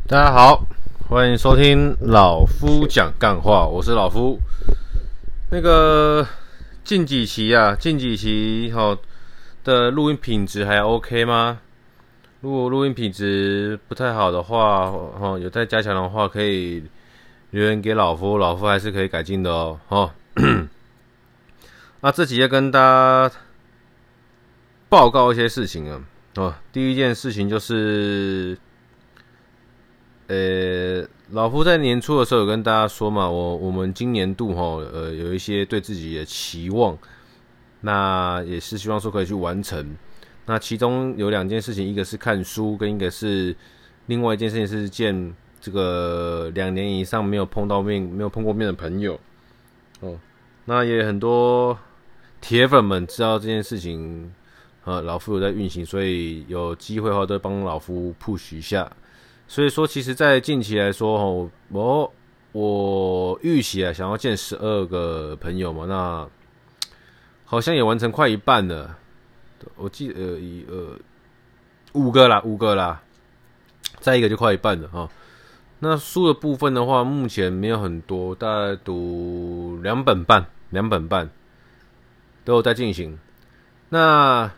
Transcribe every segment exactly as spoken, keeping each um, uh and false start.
大家好，欢迎收听老夫讲干话，我是老夫。那个近几期啊，近几期好的录音品质还 OK 吗？如果录音品质不太好的话，哦，有待加强的话，可以留言给老夫，老夫还是可以改进的哦。哦，那这几页跟大家报告一些事情啊。哦，第一件事情就是。呃，老夫在年初的时候有跟大家说嘛，我我们今年度哈，呃，有一些对自己的期望，那也是希望说可以去完成。那其中有两件事情，一个是看书，跟一个是另外一件事情是见这个两年以上没有碰到面、没有碰过面的朋友。哦，那也很多铁粉们知道这件事情，呃，老夫有在运行，所以有机会的话都会帮老夫 push 一下。所以说，其实，在近期来说，我我预期啊，想要见十二个朋友嘛，那好像也完成快一半了。我记得呃一呃五个啦，五个啦，再一个就快一半了哈。那书的部分的话，目前没有很多，大概读两本半，两本半都有在进行。那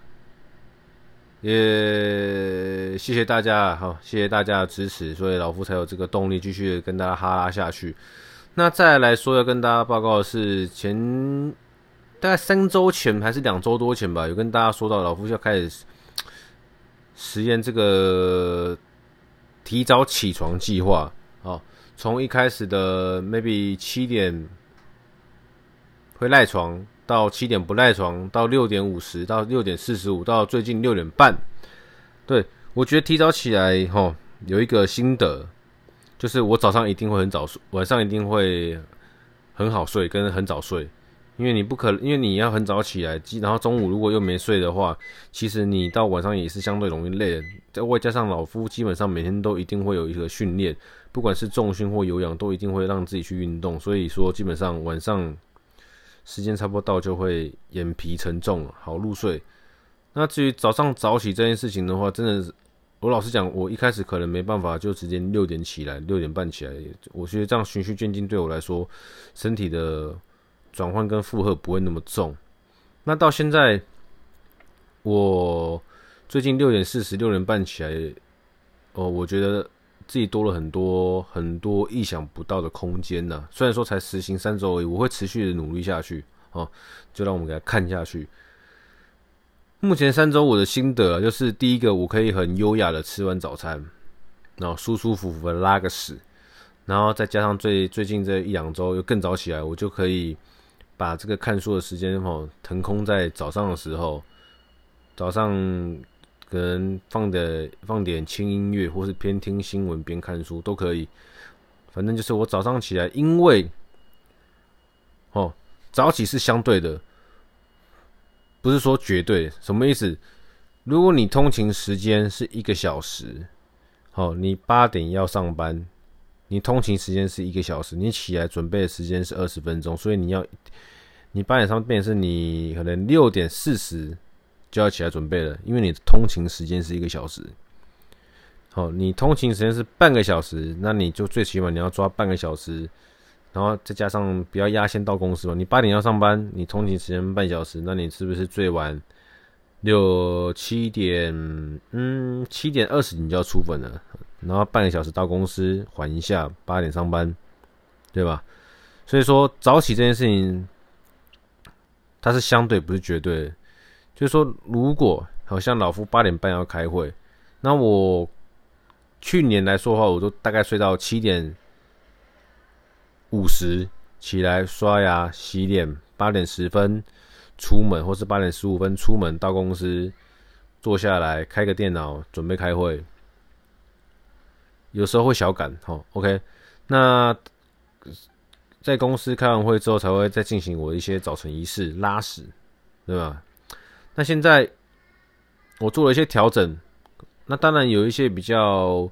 也谢谢大家，好，谢谢大家的支持，所以老夫才有这个动力继续跟大家哈拉下去。那再来说要跟大家报告的是，前大概三周前还是两周多前吧，有跟大家说到老夫要开始实验这个提早起床计划。好，从一开始的 maybe 七点会赖床。到七点不赖床，到六点五十，到六点四十五，到最近六点半。对，我觉得提早起来齁，有一个心得，就是我早上一定会很早睡，晚上一定会很好睡，跟很早睡。因为你不可，因为你要很早起来，然后中午如果又没睡的话，其实你到晚上也是相对容易累的。再外加上老夫基本上每天都一定会有一个训练，不管是重训或有氧，都一定会让自己去运动。所以说，基本上晚上时间差不多到就会眼皮沉重，好入睡。那至于早上早起这件事情的话，真的是我老实讲，我一开始可能没办法就直接六点起来，六点半起来。我觉得这样循序渐进对我来说，身体的转换跟负荷不会那么重。那到现在，我最近六点四十、六点半起来，哦，我觉得自己多了很多很多意想不到的空间呐、啊。虽然说才实行三周而已，我会持续的努力下去哦。就让我们给它看下去。目前三周我的心得、啊、就是第一个，我可以很优雅的吃完早餐，然后舒舒服服的拉个屎，然后再加上最最近这一两周又更早起来，我就可以把这个看书的时间哦腾空在早上的时候，早上。可能放的放点轻音乐，或是边听新闻边看书都可以。反正就是我早上起来，因为哦早起是相对的，不是说绝对。什么意思？如果你通勤时间是一个小时，好、哦，你八点要上班，你通勤时间是一个小时，你起来准备的时间是二十分钟，所以你要你八点上班是你可能六点四十。就要起来准备了，因为你的通勤时间是一个小时。好，你通勤时间是半个小时，那你就最起码你要抓半个小时，然后再加上不要压线到公司嘛。你八点要上班，你通勤时间半小时，那你是不是最晚六七点？嗯，七点二十你就要出门了，然后半个小时到公司缓一下，八点上班，对吧？所以说早起这件事情，它是相对不是绝对的。就是说，如果好像老夫八点半要开会，那我去年来说的话，我都大概睡到七点五十起来刷牙洗脸，八点十分出门，或是八点十五分出门到公司，坐下来开个电脑准备开会。有时候会小赶，齁 ，OK。那在公司开完会之后，才会再进行我的一些早晨仪式，拉屎，对吧？那现在我做了一些调整，那当然有一些比较，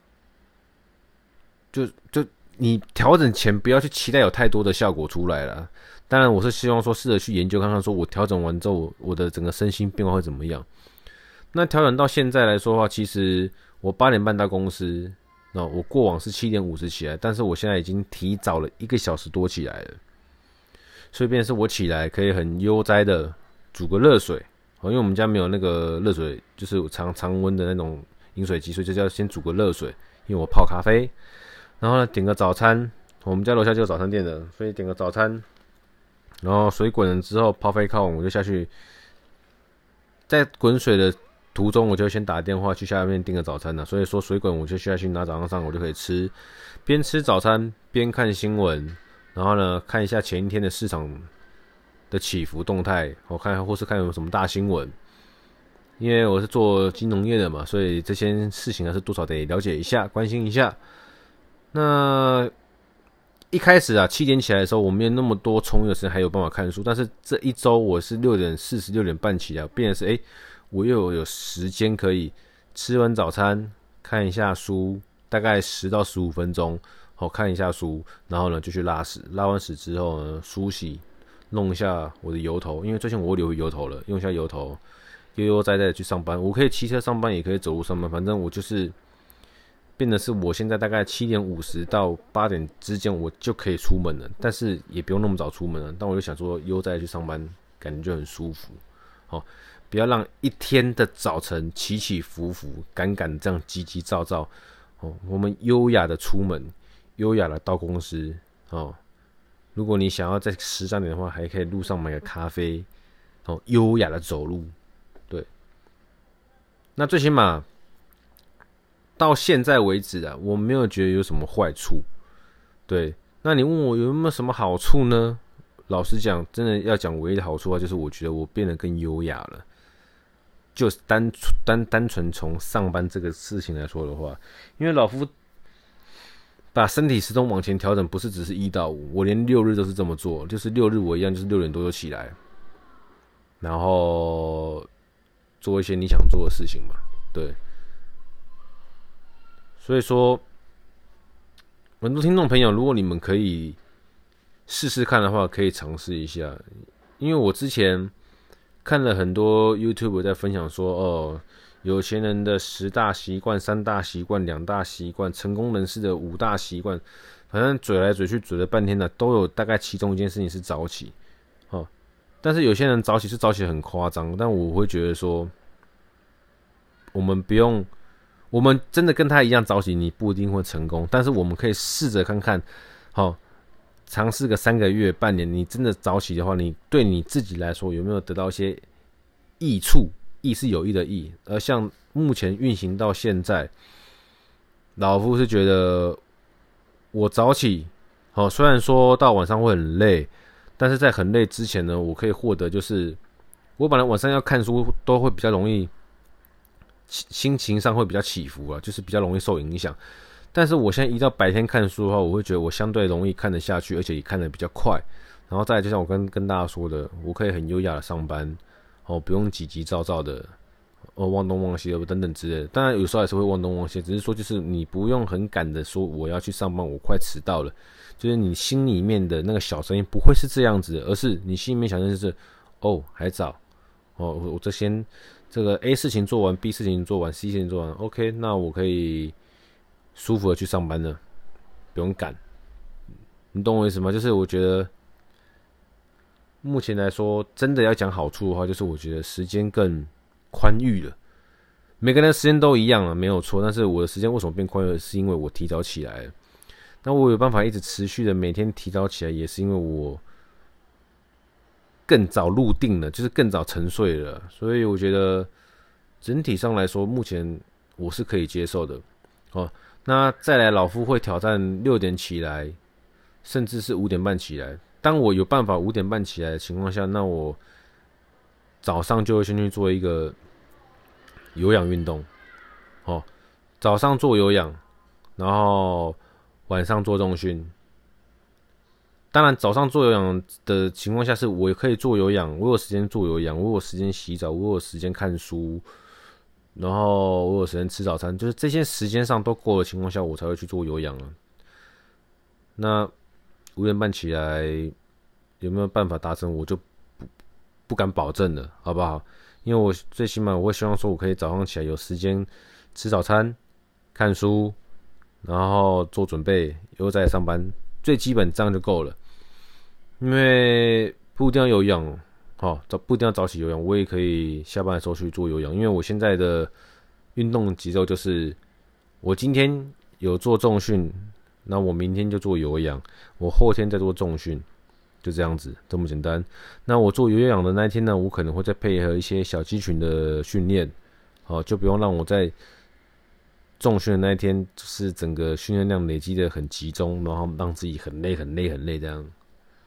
就就你调整前不要去期待有太多的效果出来了。当然，我是希望说试着去研究看看，说我调整完之后，我的整个身心变化会怎么样。那调整到现在来说的话，其实我八点半到公司， 那我过往是七点五十起来，但是我现在已经提早了一个小时多起来了，所以变成是我起来可以很悠哉的煮个热水，因为我们家没有那个热水，就是常常温的那种饮水机，所以就要先煮个热水，因为我泡咖啡，然后呢点个早餐，我们家楼下就有早餐店的，所以点个早餐，然后水滚了之后泡飞靠我就下去，在滚水的途中我就先打电话去下面订个早餐了，所以说水滚我就下去拿早上上我就可以吃，边吃早餐边看新闻，然后呢看一下前一天的市场的起伏动态，我看或是看有什么大新闻，因为我是做金融业的嘛，所以这些事情还是多少得了解一下，关心一下。那一开始啊，七点起来的时候，我没有那么多充裕的时间，还有办法看书。但是这一周我是六点四十、六点半起来，变成是哎、欸，我又有时间可以吃完早餐，看一下书，大概十到十五分钟，好看一下书，然后呢就去拉屎，拉完屎之后呢梳洗，弄一下我的油头，因为最近我留油头了，用一下油头，悠悠哉哉的去上班。我可以骑车上班，也可以走路上班，反正我就是。变得是我现在大概七点五十到八点之间，我就可以出门了，但是也不用那么早出门了。但我就想说，悠哉去上班，感觉就很舒服。好、哦，不要让一天的早晨起起伏伏、赶赶这样急急躁躁。哦，我们优雅的出门，优雅的到公司。哦，如果你想要再时尚点的话，还可以路上买个咖啡。哦，优雅的走路。对，那最起码。到现在为止啊，我没有觉得有什么坏处。对，那你问我有没有什么好处呢？老实讲，真的要讲唯一的好处的话，就是我觉得我变得更优雅了。就单单单纯从上班这个事情来说的话，因为老夫把身体时钟往前调整，不是只是一到五，我连六日都是这么做，就是六日我一样，就是六点多就起来，然后做一些你想做的事情嘛，对。所以说，很多听众朋友，如果你们可以试试看的话，可以尝试一下。因为我之前看了很多 YouTube 在分享说，哦，有钱人的十大习惯、三大习惯、两大习惯，成功人士的五大习惯，反正嘴来嘴去嘴了半天的，都有大概其中一件事情是早起。哦，但是有些人早起是早起很夸张，但我会觉得说，我们不用。我们真的跟他一样早起，你不一定会成功，但是我们可以试着看看，好、哦，尝试个三个月、半年，你真的早起的话，你对你自己来说有没有得到一些益处？益是有益的益，而像目前运行到现在，老夫是觉得我早起，好、哦，虽然说到晚上会很累，但是在很累之前呢，我可以获得就是，我本来晚上要看书都会比较容易。心情上会比较起伏啊，就是比较容易受影响。但是我现在一到白天看书的话，我会觉得我相对容易看得下去，而且也看得比较快。然后再来，就像我跟跟大家说的，我可以很优雅的上班，哦，不用急急躁躁的，哦，忘东忘西的等等之类的。当然有时候还是会忘东忘西，只是说就是你不用很赶的说我要去上班，我快迟到了。就是你心里面的那个小声音不会是这样子的，而是你心里面想的就是哦还早，哦我这先。这个 A 事情做完 ，B 事情做完 ，C 事情做完 ，OK， 那我可以舒服的去上班了，不用赶。你懂我意思吗？就是我觉得目前来说，真的要讲好处的话，就是我觉得时间更宽裕了。每个人的时间都一样了，没有错。但是我的时间为什么变宽裕了？是因为我提早起来了。那我有办法一直持续的每天提早起来，也是因为我。更早入定了，就是更早沉睡了，所以我觉得整体上来说，目前我是可以接受的。哦，那再来，老夫会挑战六点起来，甚至是五点半起来。当我有办法五点半起来的情况下，那我早上就会先去做一个有氧运动。哦，早上做有氧，然后晚上做重训。当然，早上做有氧的情况下，是我可以做有氧，我有时间做有氧，我有时间洗澡，我有时间看书，然后我有时间吃早餐，就是这些时间上都够的情况下，我才会去做有氧了。那五点半起来有没有办法达成，我就不不敢保证了，好不好？因为我最起码我会希望说，我可以早上起来有时间吃早餐、看书， 然后做准备，又在上班，最基本这样就够了。因为不一定要有氧，哦，不一定要早起有氧，我也可以下班的时候去做有氧。因为我现在的运动节奏就是，我今天有做重训，那我明天就做有氧，我后天再做重训，就这样子，这么简单。那我做有氧的那一天呢，我可能会再配合一些小肌群的训练，好，就不用让我在重训的那一天，就是整个训练量累积的很集中，然后让自己很累、很累、很累这样。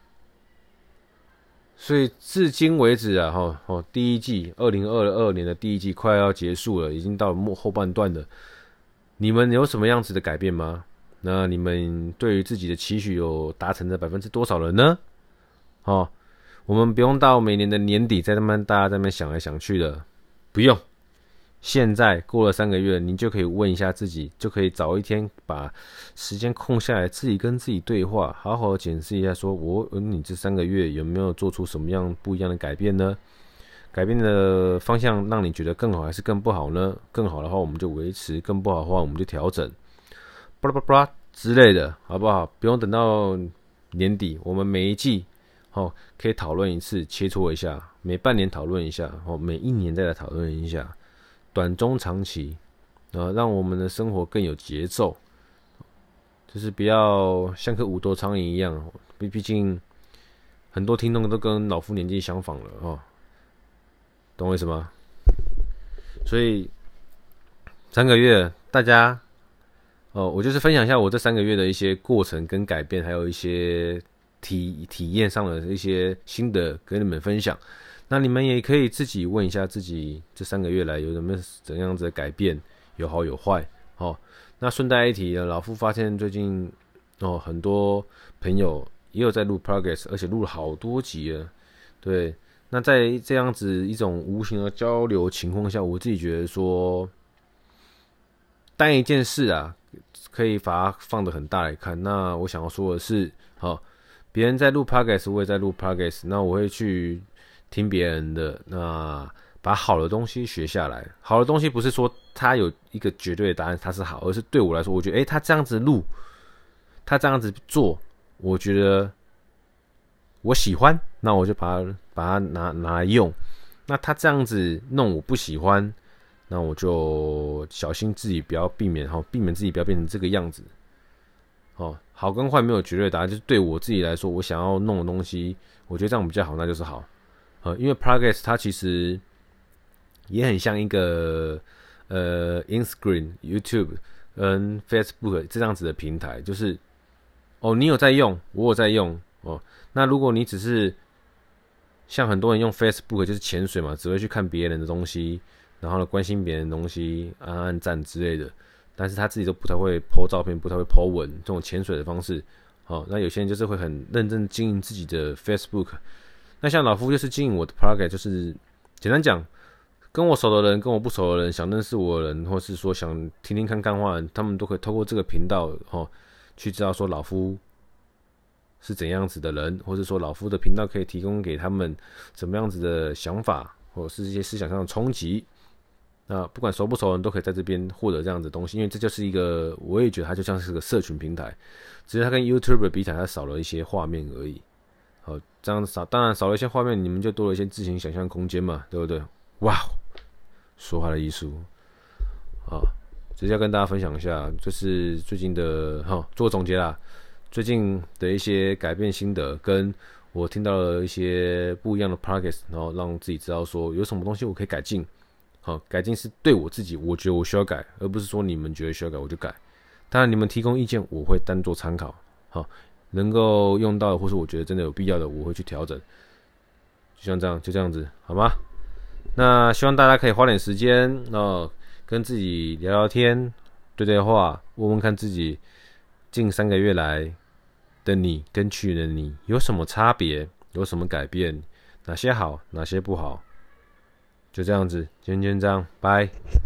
所以至今为止啊，哈，哦，第一季二零二二年的第一季快要结束了，已经到了末后半段了。你们有什么样子的改变吗？那你们对于自己的期许有达成的百分之多少了呢？哦，我们不用到每年的年底再他们大家在那边想来想去的，不用。现在过了三个月，你就可以问一下自己，就可以早一天把时间空下来，自己跟自己对话，好好检视一下说，说我你这三个月有没有做出什么样不一样的改变呢？改变的方向让你觉得更好还是更不好呢？更好的话我们就维持，更不好的话我们就调整，巴拉巴拉巴拉之类的，好不好？不用等到年底，我们每一季哦可以讨论一次，切磋一下，每半年讨论一下，哦每一年再来讨论一下。短中长期，呃，让我们的生活更有节奏，就是不要像颗五斗苍蝇一样。毕毕竟很多听众都跟老夫年纪相仿了哦，懂我意思吗？所以三个月，大家哦，我就是分享一下我这三个月的一些过程跟改变，还有一些体体验上的一些心得跟你们分享。那你们也可以自己问一下自己，这三个月来有没有怎样子的改变，有好有坏。哦，那顺带一提，老夫发现最近哦，很多朋友也有在录 Progress， 而且录了好多集了。对，那在这样子一种无形的交流情况下，我自己觉得说，单一件事啊，可以把它放得很大来看。那我想要说的是，好、哦，别人在录 Progress， 我也在录 Progress， 那我会去听别人的，那把好的东西学下来。好的东西不是说他有一个绝对的答案，他是好，而是对我来说，我觉得，诶、欸，他这样子录，他这样子做，我觉得我喜欢，那我就把它把它拿拿来用。那他这样子弄我不喜欢，那我就小心自己不要避免哈，避免自己不要变成这个样子。哦，好跟坏没有绝对答案，就是对我自己来说，我想要弄的东西，我觉得这样比较好，那就是好。呃，因为 Progress 它其实也很像一个呃 Instagram、YouTube 跟 Facebook 这样子的平台，就是哦，你有在用，我有在用哦。那如果你只是像很多人用 Facebook 就是潜水嘛，只会去看别人的东西，然后呢关心别人的东西，按按赞之类的，但是他自己都不太会 po 照片，不太会 po 文，这种潜水的方式。哦，那有些人就是会很认真经营自己的 Facebook。那像老夫就是经营我的 Progress， 就是简单讲，跟我熟的人，跟我不熟的人，想认识我的人，或是说想听听看干话的人，他们都可以透过这个频道哦，去知道说老夫是怎样子的人，或是说老夫的频道可以提供给他们怎么样子的想法，或者是一些思想上的冲击。那不管熟不熟的人都可以在这边获得这样子的东西，因为这就是一个，我也觉得它就像是个社群平台，只是它跟 YouTube 比起来，它少了一些画面而已。好，这样少，当然少了一些画面，你们就多了一些自行想象空间嘛，对不对？哇，说话的艺术啊！直接要跟大家分享一下，就是最近的哈，做个总结啦。最近的一些改变心得，跟我听到了一些不一样的 Progress， 然后让自己知道说有什么东西我可以改进。好，改进是对我自己，我觉得我需要改，而不是说你们觉得需要改我就改。当然，你们提供意见，我会当做参考。好。能够用到的，或是我觉得真的有必要的，我会去调整。就像这样，就这样子，好吗？那希望大家可以花点时间，呃，跟自己聊聊天，对对话，问问看自己近三个月来的你跟去年的你有什么差别，有什么改变，哪些好，哪些不好。就这样子，今天就这样，拜。